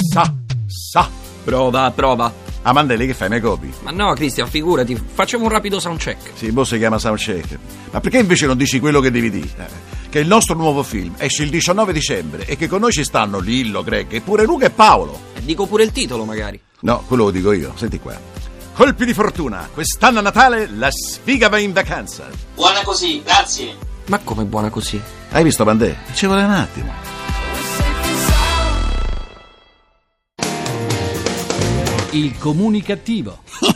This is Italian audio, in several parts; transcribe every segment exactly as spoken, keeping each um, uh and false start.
Sa, sa. Prova, prova. Ah, Mandelli, che fai, me copi? Ma no, Cristian, figurati, facciamo un rapido soundcheck. Sì, boh, si chiama soundcheck. Ma perché invece non dici quello che devi dire? Eh, che il nostro nuovo film esce il diciannove dicembre e che con noi ci stanno Lillo, Greg e pure Luca e Paolo. E dico pure il titolo, magari. No, quello lo dico io, senti qua. Colpi di fortuna, quest'anno a Natale la sfiga va in vacanza. Buona così, grazie. Ma come buona così? Hai visto, Pandè? Ci vuole un attimo. Il comunicativo.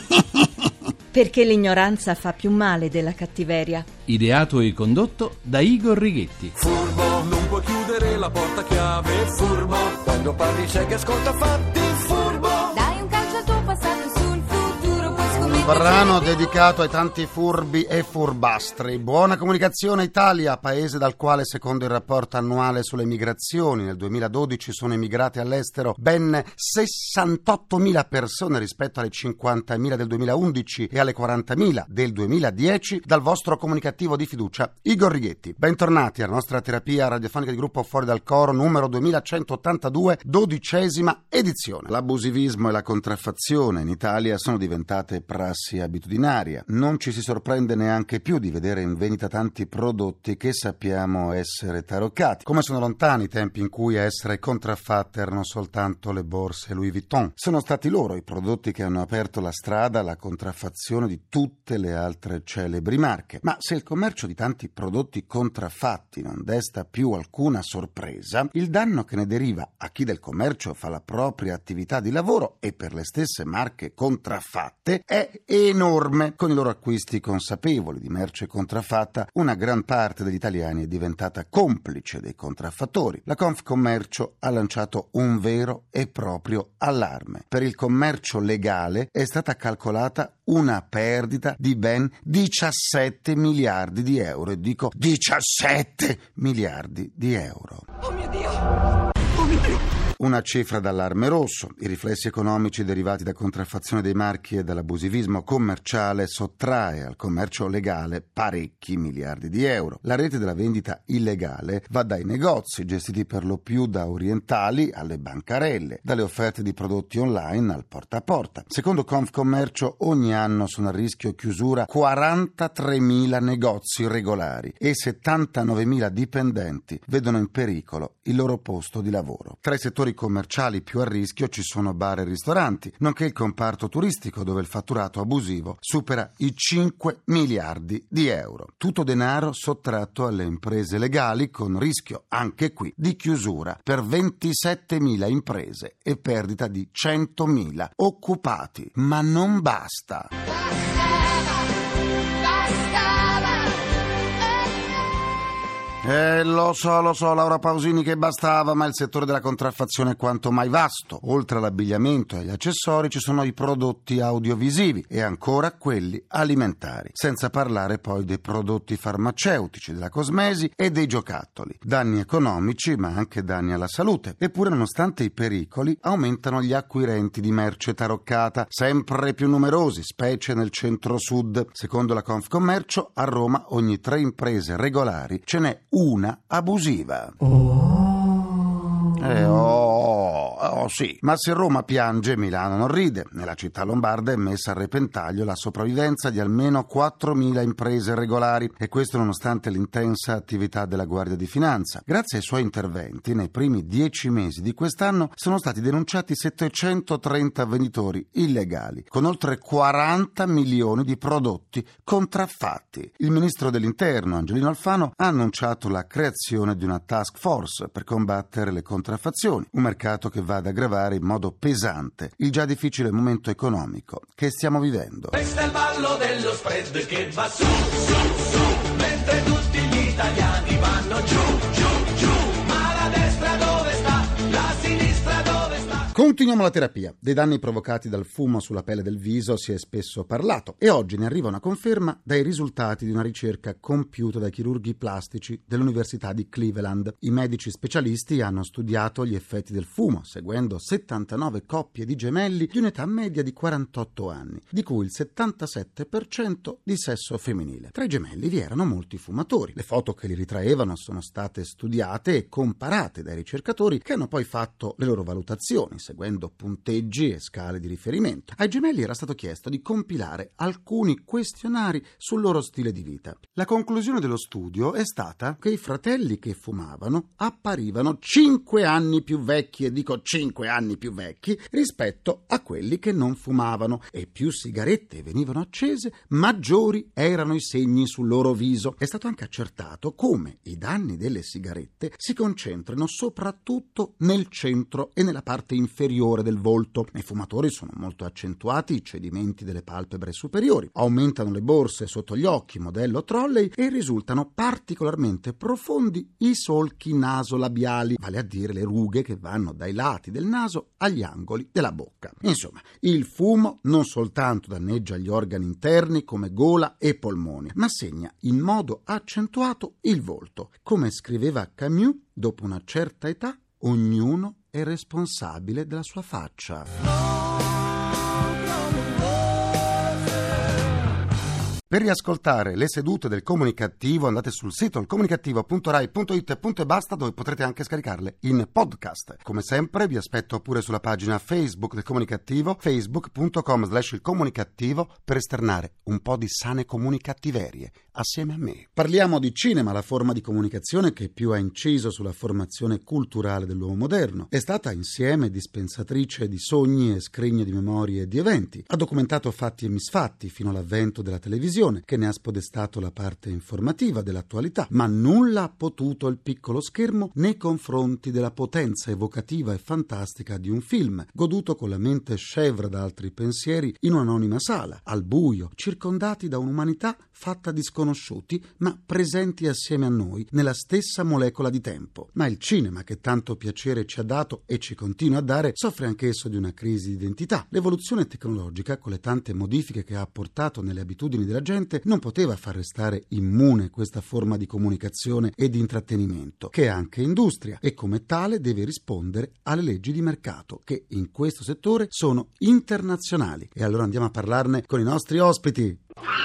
Perché l'ignoranza fa più male della cattiveria. Ideato e condotto da Igor Righetti. Furbo, non puoi chiudere la porta a chiave. Furbo, quando parli c'è che ascolta fatti. Furbo, dai un calcio al tuo passato e sul futuro puoi scommettere. Un brano dedicato ai tanti furbi e furbastri. Buona Comunicazione Italia, paese dal quale, secondo il rapporto annuale sulle migrazioni, nel duemiladodici sono emigrate all'estero ben sessantottomila persone rispetto alle cinquantamila del duemilaundici e alle quarantamila del duemiladieci, dal vostro comunicativo di fiducia Igor Righetti. Bentornati alla nostra terapia radiofonica di gruppo Fuori dal Coro numero duemilacentottantadue, dodicesima edizione. L'abusivismo e la contraffazione in Italia sono diventate prassi abitudinaria. Non ci si sorprende neanche più di vedere in vendita tanti prodotti che sappiamo essere taroccati. Come sono lontani i tempi in cui a essere contraffatte erano soltanto le borse Louis Vuitton. Sono stati loro i prodotti che hanno aperto la strada alla contraffazione di tutte le altre celebri marche. Ma se il commercio di tanti prodotti contraffatti non desta più alcuna sorpresa, il danno che ne deriva a chi del commercio fa la propria attività di lavoro e per le stesse marche contraffatte è enorme. Con i loro acquisti consapevoli di merce contraffatta, una gran parte degli italiani è diventata complice dei contraffattori. La Confcommercio ha lanciato un vero e proprio allarme. Per il commercio legale è stata calcolata una perdita di ben diciassette miliardi di euro. E dico diciassette miliardi di euro. Oh mio Dio! Oh mio Dio! Una cifra d'allarme rosso. I riflessi economici derivati da contraffazione dei marchi e dall'abusivismo commerciale sottrae al commercio legale parecchi miliardi di euro. La rete della vendita illegale va dai negozi, gestiti per lo più da orientali, alle bancarelle, dalle offerte di prodotti online al porta a porta. Secondo Confcommercio, ogni anno sono a rischio chiusura quarantatremila negozi regolari e settantanovemila dipendenti vedono in pericolo il loro posto di lavoro. Tra i settori commerciali più a rischio ci sono bar e ristoranti, nonché il comparto turistico, dove il fatturato abusivo supera i cinque miliardi di euro. Tutto denaro sottratto alle imprese legali, con rischio anche qui di chiusura per ventisettemila imprese e perdita di centomila occupati. Ma non basta. Eh, lo so, lo so, Laura Pausini, che bastava, ma il settore della contraffazione è quanto mai vasto. Oltre all'abbigliamento e agli accessori ci sono i prodotti audiovisivi e ancora quelli alimentari, senza parlare poi dei prodotti farmaceutici, della cosmesi e dei giocattoli. Danni economici, ma anche danni alla salute. Eppure, nonostante i pericoli, aumentano gli acquirenti di merce taroccata, sempre più numerosi, specie nel centro-sud. Secondo la Confcommercio, a Roma ogni tre imprese regolari ce n'è una abusiva. Oh. Eh, oh, oh sì. Ma se Roma piange, Milano non ride. Nella città lombarda è messa a repentaglio la sopravvivenza di almeno quattromila imprese regolari, e questo nonostante l'intensa attività della Guardia di Finanza. Grazie ai suoi interventi, nei primi dieci mesi di quest'anno sono stati denunciati settecentotrenta venditori illegali, con oltre quaranta milioni di prodotti contraffatti. Il ministro dell'Interno, Angelino Alfano, ha annunciato la creazione di una task force per combattere le contraffazioni, un mercato che va ad aggravare in modo pesante il già difficile momento economico che stiamo vivendo. questo è il ballo dello spread che va su, su, su, mentre tutti gli italiani vanno giù, giù, giù. Ma la destra dove sta? La sinistra dove sta? Continuiamo la terapia. Dei danni provocati dal fumo sulla pelle del viso si è spesso parlato e oggi ne arriva una conferma dai risultati di una ricerca compiuta dai chirurghi plastici dell'Università di Cleveland. I medici specialisti hanno studiato gli effetti del fumo seguendo settantanove coppie di gemelli di un'età media di quarantotto anni, di cui il settantasette per cento di sesso femminile. Tra i gemelli vi erano molti fumatori. Le foto che li ritraevano sono state studiate e comparate dai ricercatori, che hanno poi fatto le loro valutazioni seguendo punteggi e scale di riferimento. Ai gemelli era stato chiesto di compilare alcuni questionari sul loro stile di vita. La conclusione dello studio è stata che i fratelli che fumavano apparivano cinque anni più vecchi, e dico cinque anni più vecchi, rispetto a quelli che non fumavano, e più sigarette venivano accese, maggiori erano i segni sul loro viso. È stato anche accertato come i danni delle sigarette si concentrano soprattutto nel centro e nella parte inferiore del volto. Nei fumatori sono molto accentuati i cedimenti delle palpebre superiori, aumentano le borse sotto gli occhi modello trolley e risultano particolarmente profondi i solchi nasolabiali, vale a dire le rughe che vanno dai lati del naso agli angoli della bocca. Insomma, il fumo non soltanto danneggia gli organi interni come gola e polmoni, ma segna in modo accentuato il volto. Come scriveva Camus, dopo una certa età ognuno è responsabile della sua faccia. Per riascoltare le sedute del Comunicativo andate sul sito ilcomunicativo punto rai punto it punto e basta, dove potrete anche scaricarle in podcast. Come sempre vi aspetto pure sulla pagina Facebook del Comunicativo, facebook punto com slash il comunicativo, per esternare un po' di sane comunicattiverie assieme a me. Parliamo di cinema, la forma di comunicazione che più ha inciso sulla formazione culturale dell'uomo moderno. È stata insieme dispensatrice di sogni e scrigna di memorie e di eventi. Ha documentato fatti e misfatti fino all'avvento della televisione, che ne ha spodestato la parte informativa dell'attualità, ma nulla ha potuto il piccolo schermo nei confronti della potenza evocativa e fantastica di un film, goduto con la mente scevra da altri pensieri in un'anonima sala, al buio, circondati da un'umanità fatta di sconosciuti, ma presenti assieme a noi nella stessa molecola di tempo. Ma il cinema, che tanto piacere ci ha dato e ci continua a dare, soffre anch'esso di una crisi di identità. L'evoluzione tecnologica, con le tante modifiche che ha apportato nelle abitudini della gente, non poteva far restare immune questa forma di comunicazione e di intrattenimento, che è anche industria, e come tale deve rispondere alle leggi di mercato, che in questo settore sono internazionali. E allora andiamo a parlarne con i nostri ospiti.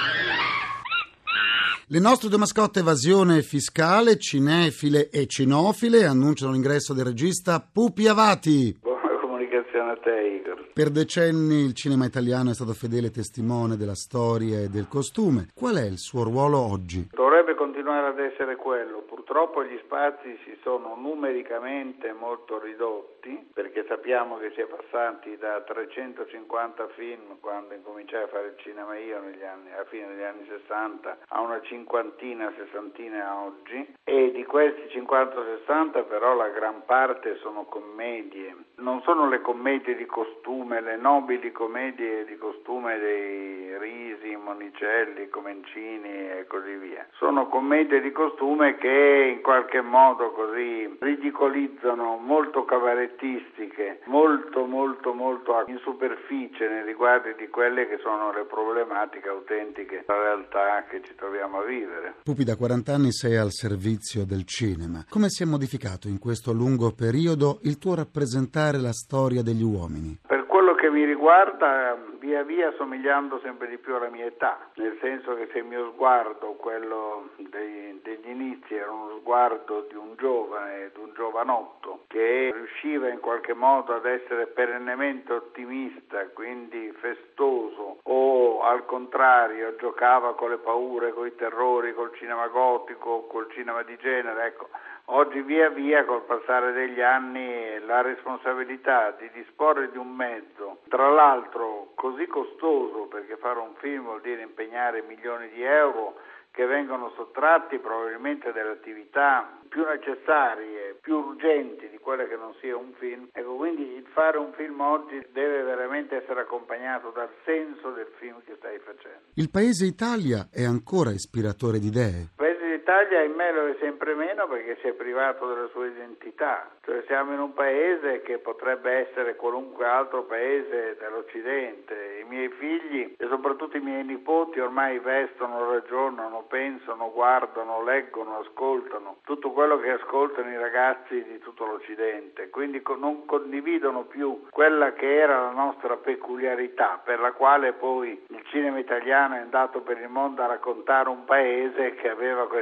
Le nostre due mascotte evasione fiscale, cinefile e cinofile, annunciano l'ingresso del regista Pupi Avati. Buona comunicazione a te, Igor. Per decenni il cinema italiano è stato fedele testimone della storia e del costume. Qual è il suo ruolo oggi? Dovrebbe continuare ad essere quello. Purtroppo gli spazi si sono numericamente molto ridotti, perché sappiamo che si è passati da trecentocinquanta film quando incominciai a fare il cinema io negli anni, alla fine degli anni sessanta, a una cinquantina, sessantina oggi, e di questi cinquanta sessanta però la gran parte sono commedie. Non sono le commedie di costume, le nobili commedie di costume dei Risi, Monicelli, Comencini e così via. Sono commedie di costume che in qualche modo così ridicolizzano, molto cabarettistiche, molto molto molto in superficie nei riguardi di quelle che sono le problematiche autentiche, la realtà che ci troviamo a vivere. Pupi, da quaranta anni sei al servizio del cinema. Come si è modificato in questo lungo periodo il tuo rappresentare la storia degli uomini? Per quello che mi riguarda, via via somigliando sempre di più alla mia età, nel senso che se il mio sguardo, quello dei, degli inizi, era uno sguardo di un giovane, di un giovanotto, che riusciva in qualche modo ad essere perennemente ottimista, quindi festoso, o al contrario giocava con le paure, con i terrori, col cinema gotico, col cinema di genere, ecco. Oggi via via col passare degli anni la responsabilità di disporre di un mezzo, tra l'altro così costoso, perché fare un film vuol dire impegnare milioni di euro che vengono sottratti probabilmente delle attività più necessarie, più urgenti di quelle che non sia un film. Ecco, quindi il fare un film oggi deve veramente essere accompagnato dal senso del film che stai facendo. Il paese Italia è ancora ispiratore di idee? Il paese d'Italia in me lo è sempre meno, perché si è privato della sua identità. Cioè siamo in un paese che potrebbe essere qualunque altro paese dell'Occidente. I miei figli e soprattutto i miei nipoti ormai vestono, ragionano, pensano, guardano, leggono, ascoltano tutto quello che ascoltano i ragazzi di tutto l'Occidente, quindi non condividono più quella che era la nostra peculiarità, per la quale poi il cinema italiano è andato per il mondo a raccontare un paese che aveva questa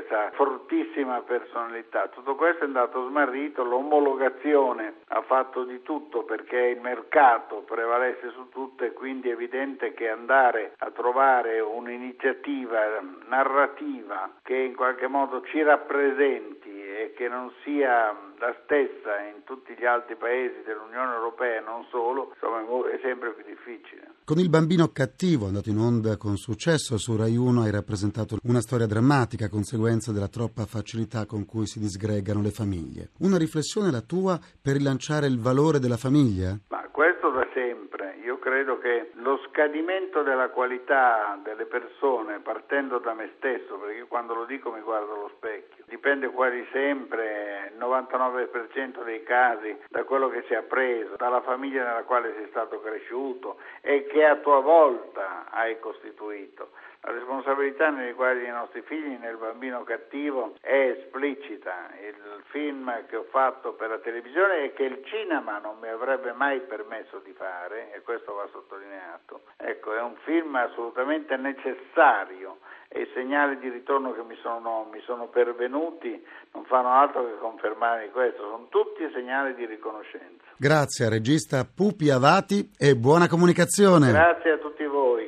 questa fortissima personalità. Tutto questo è andato smarrito, l'omologazione ha fatto di tutto perché il mercato prevalesse su tutto, e quindi è evidente che andare a trovare un'iniziativa narrativa che in qualche modo ci rappresenti e che non sia la stessa in tutti gli altri paesi dell'Unione Europea e non solo, insomma, è sempre più difficile. Con Il bambino cattivo, andato in onda con successo su Rai uno, hai rappresentato una storia drammatica a conseguenza della troppa facilità con cui si disgregano le famiglie. Una riflessione la tua per rilanciare il valore della famiglia? Ma questo da sempre. Io credo che lo scadimento della qualità delle persone, partendo da me stesso, perché io quando lo dico mi guardo allo specchio, dipende quasi sempre, il novantanove per cento dei casi, da quello che si è appreso, dalla famiglia nella quale sei stato cresciuto e che a tua volta hai costituito. La responsabilità nei riguardi dei nostri figli nel bambino cattivo è esplicita. Il film che ho fatto per la televisione e che il cinema non mi avrebbe mai permesso di fare, e questo va sottolineato, ecco, è un film assolutamente necessario, e i segnali di ritorno che mi sono, mi sono pervenuti non fanno altro che confermare questo, sono tutti segnali di riconoscenza. Grazie al regista Pupi Avati e buona comunicazione. Grazie a tutti voi.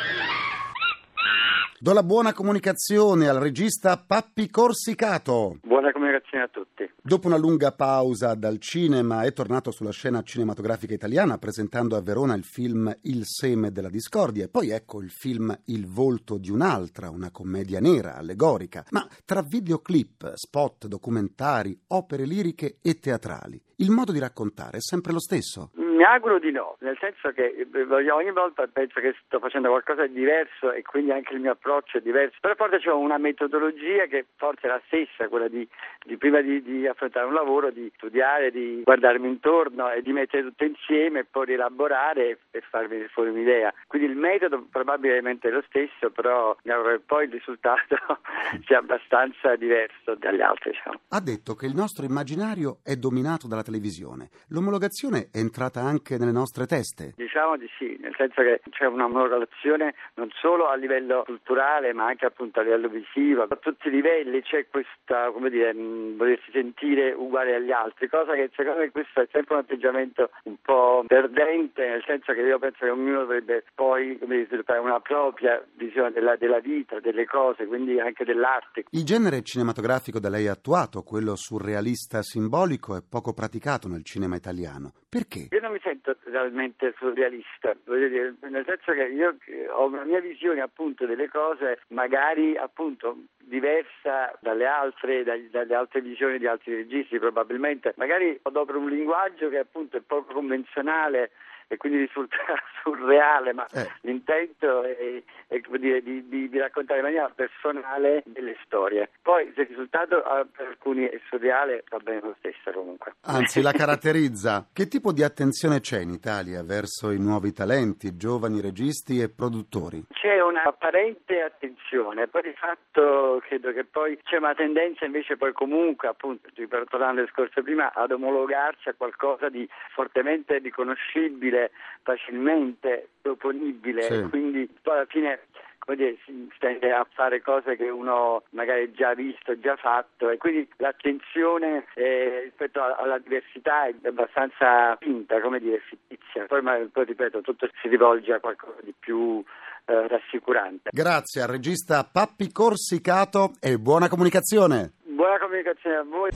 Do la buona comunicazione al regista Pappi Corsicato. Buona comunicazione a tutti. Dopo una lunga pausa dal cinema è tornato sulla scena cinematografica italiana presentando a Verona il film Il seme della discordia e poi ecco il film Il volto di un'altra, una commedia nera, allegorica, ma tra videoclip, spot, documentari, opere liriche e teatrali. Il modo di raccontare è sempre lo stesso? Mi auguro di no, nel senso che ogni volta penso che sto facendo qualcosa di diverso e quindi anche il mio approccio è diverso, però forse c'è una metodologia che forse è la stessa, quella di, di prima di, di affrontare un lavoro, di studiare, di guardarmi intorno e di mettere tutto insieme e poi rielaborare e, e farmi fuori un'idea. Quindi il metodo probabilmente è lo stesso, però mi auguro che poi il risultato sia abbastanza diverso dagli altri, diciamo. Ha detto che il nostro immaginario è dominato dalla televisione. L'omologazione è entrata anche nelle nostre teste? Diciamo di sì, nel senso che c'è una omologazione non solo a livello culturale ma anche appunto a livello visivo, a tutti i livelli c'è questa, come dire, mh, volersi sentire uguale agli altri, cosa che secondo me questo è sempre un atteggiamento un po' perdente, nel senso che io penso che ognuno dovrebbe poi, come dire, sviluppare una propria visione della, della vita, delle cose, quindi anche dell'arte. Il genere cinematografico da lei attuato, quello surrealista simbolico, è poco praticato nel cinema italiano. Perché? Io non mi sento realmente surrealista, voglio dire, nel senso che io ho una mia visione appunto delle cose, magari appunto diversa dalle altre, dalle, dalle altre visioni di altri registi probabilmente, magari adopero un linguaggio che appunto è poco convenzionale e quindi risulta surreale, ma eh. l'intento è, è come dire, di, di, di raccontare in maniera personale delle storie. Poi se il risultato per alcuni è surreale, va bene lo stesso comunque. Anzi, la caratterizza. Che tipo di attenzione c'è in Italia verso i nuovi talenti, giovani registi e produttori? C'è una apparente attenzione, poi di fatto credo che poi c'è una tendenza invece poi comunque, appunto, tornando al discorso prima, ad omologarsi a qualcosa di fortemente riconoscibile, facilmente proponibile, sì. Quindi poi alla fine, come dire, si tende a fare cose che uno magari già visto, già fatto, e quindi l'attenzione eh, rispetto alla diversità è abbastanza finta, come dire, fittizia. Poi, ma, poi ripeto, tutto si rivolge a qualcosa di più eh, rassicurante. Grazie al regista Pappi Corsicato e buona comunicazione. Buona comunicazione a voi.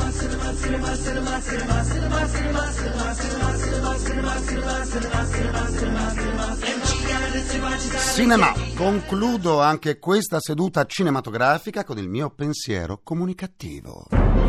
Cinema. Concludo anche questa seduta cinematografica con il mio pensiero comunicativo.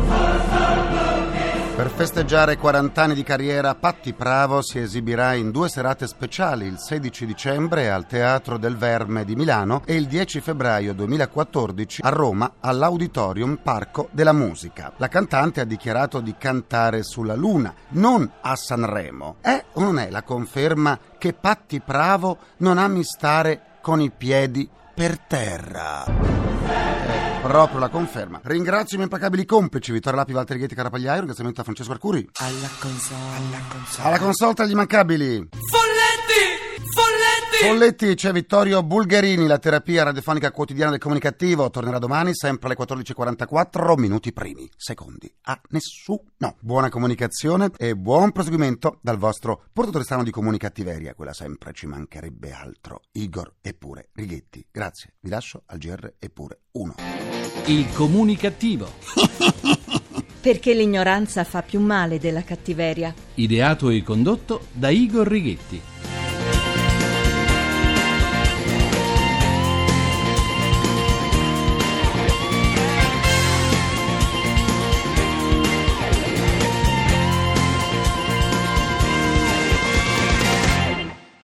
Per festeggiare quaranta anni di carriera, Patti Pravo si esibirà in due serate speciali, il sedici dicembre al Teatro del Verme di Milano e il dieci febbraio duemilaquattordici a Roma all'Auditorium Parco della Musica. La cantante ha dichiarato di cantare sulla Luna, non a Sanremo. È o non è la conferma che Patti Pravo non ami stare con i piedi per terra? Proprio la conferma. Ringrazio i miei implacabili complici Vittorio Lapi, Walter Ghetti, Carapagliaio, ringraziamento a Francesco Arcuri. Alla console, alla console. Alla console tra gli immancabili Folletti! Folletti! Folletti, c'è Vittorio Bulgarini, la terapia radiofonica quotidiana del comunicativo. Tornerà domani, sempre alle quattordici e quarantaquattro, minuti primi, secondi a nessuno. Buona comunicazione e buon proseguimento dal vostro portatore strano di comunicattiveria, quella sempre, ci mancherebbe altro, Igor Eppure Righetti. Grazie, vi lascio al G R Eppure uno. Il comunicativo. Perché l'ignoranza fa più male della cattiveria. Ideato e condotto da Igor Righetti.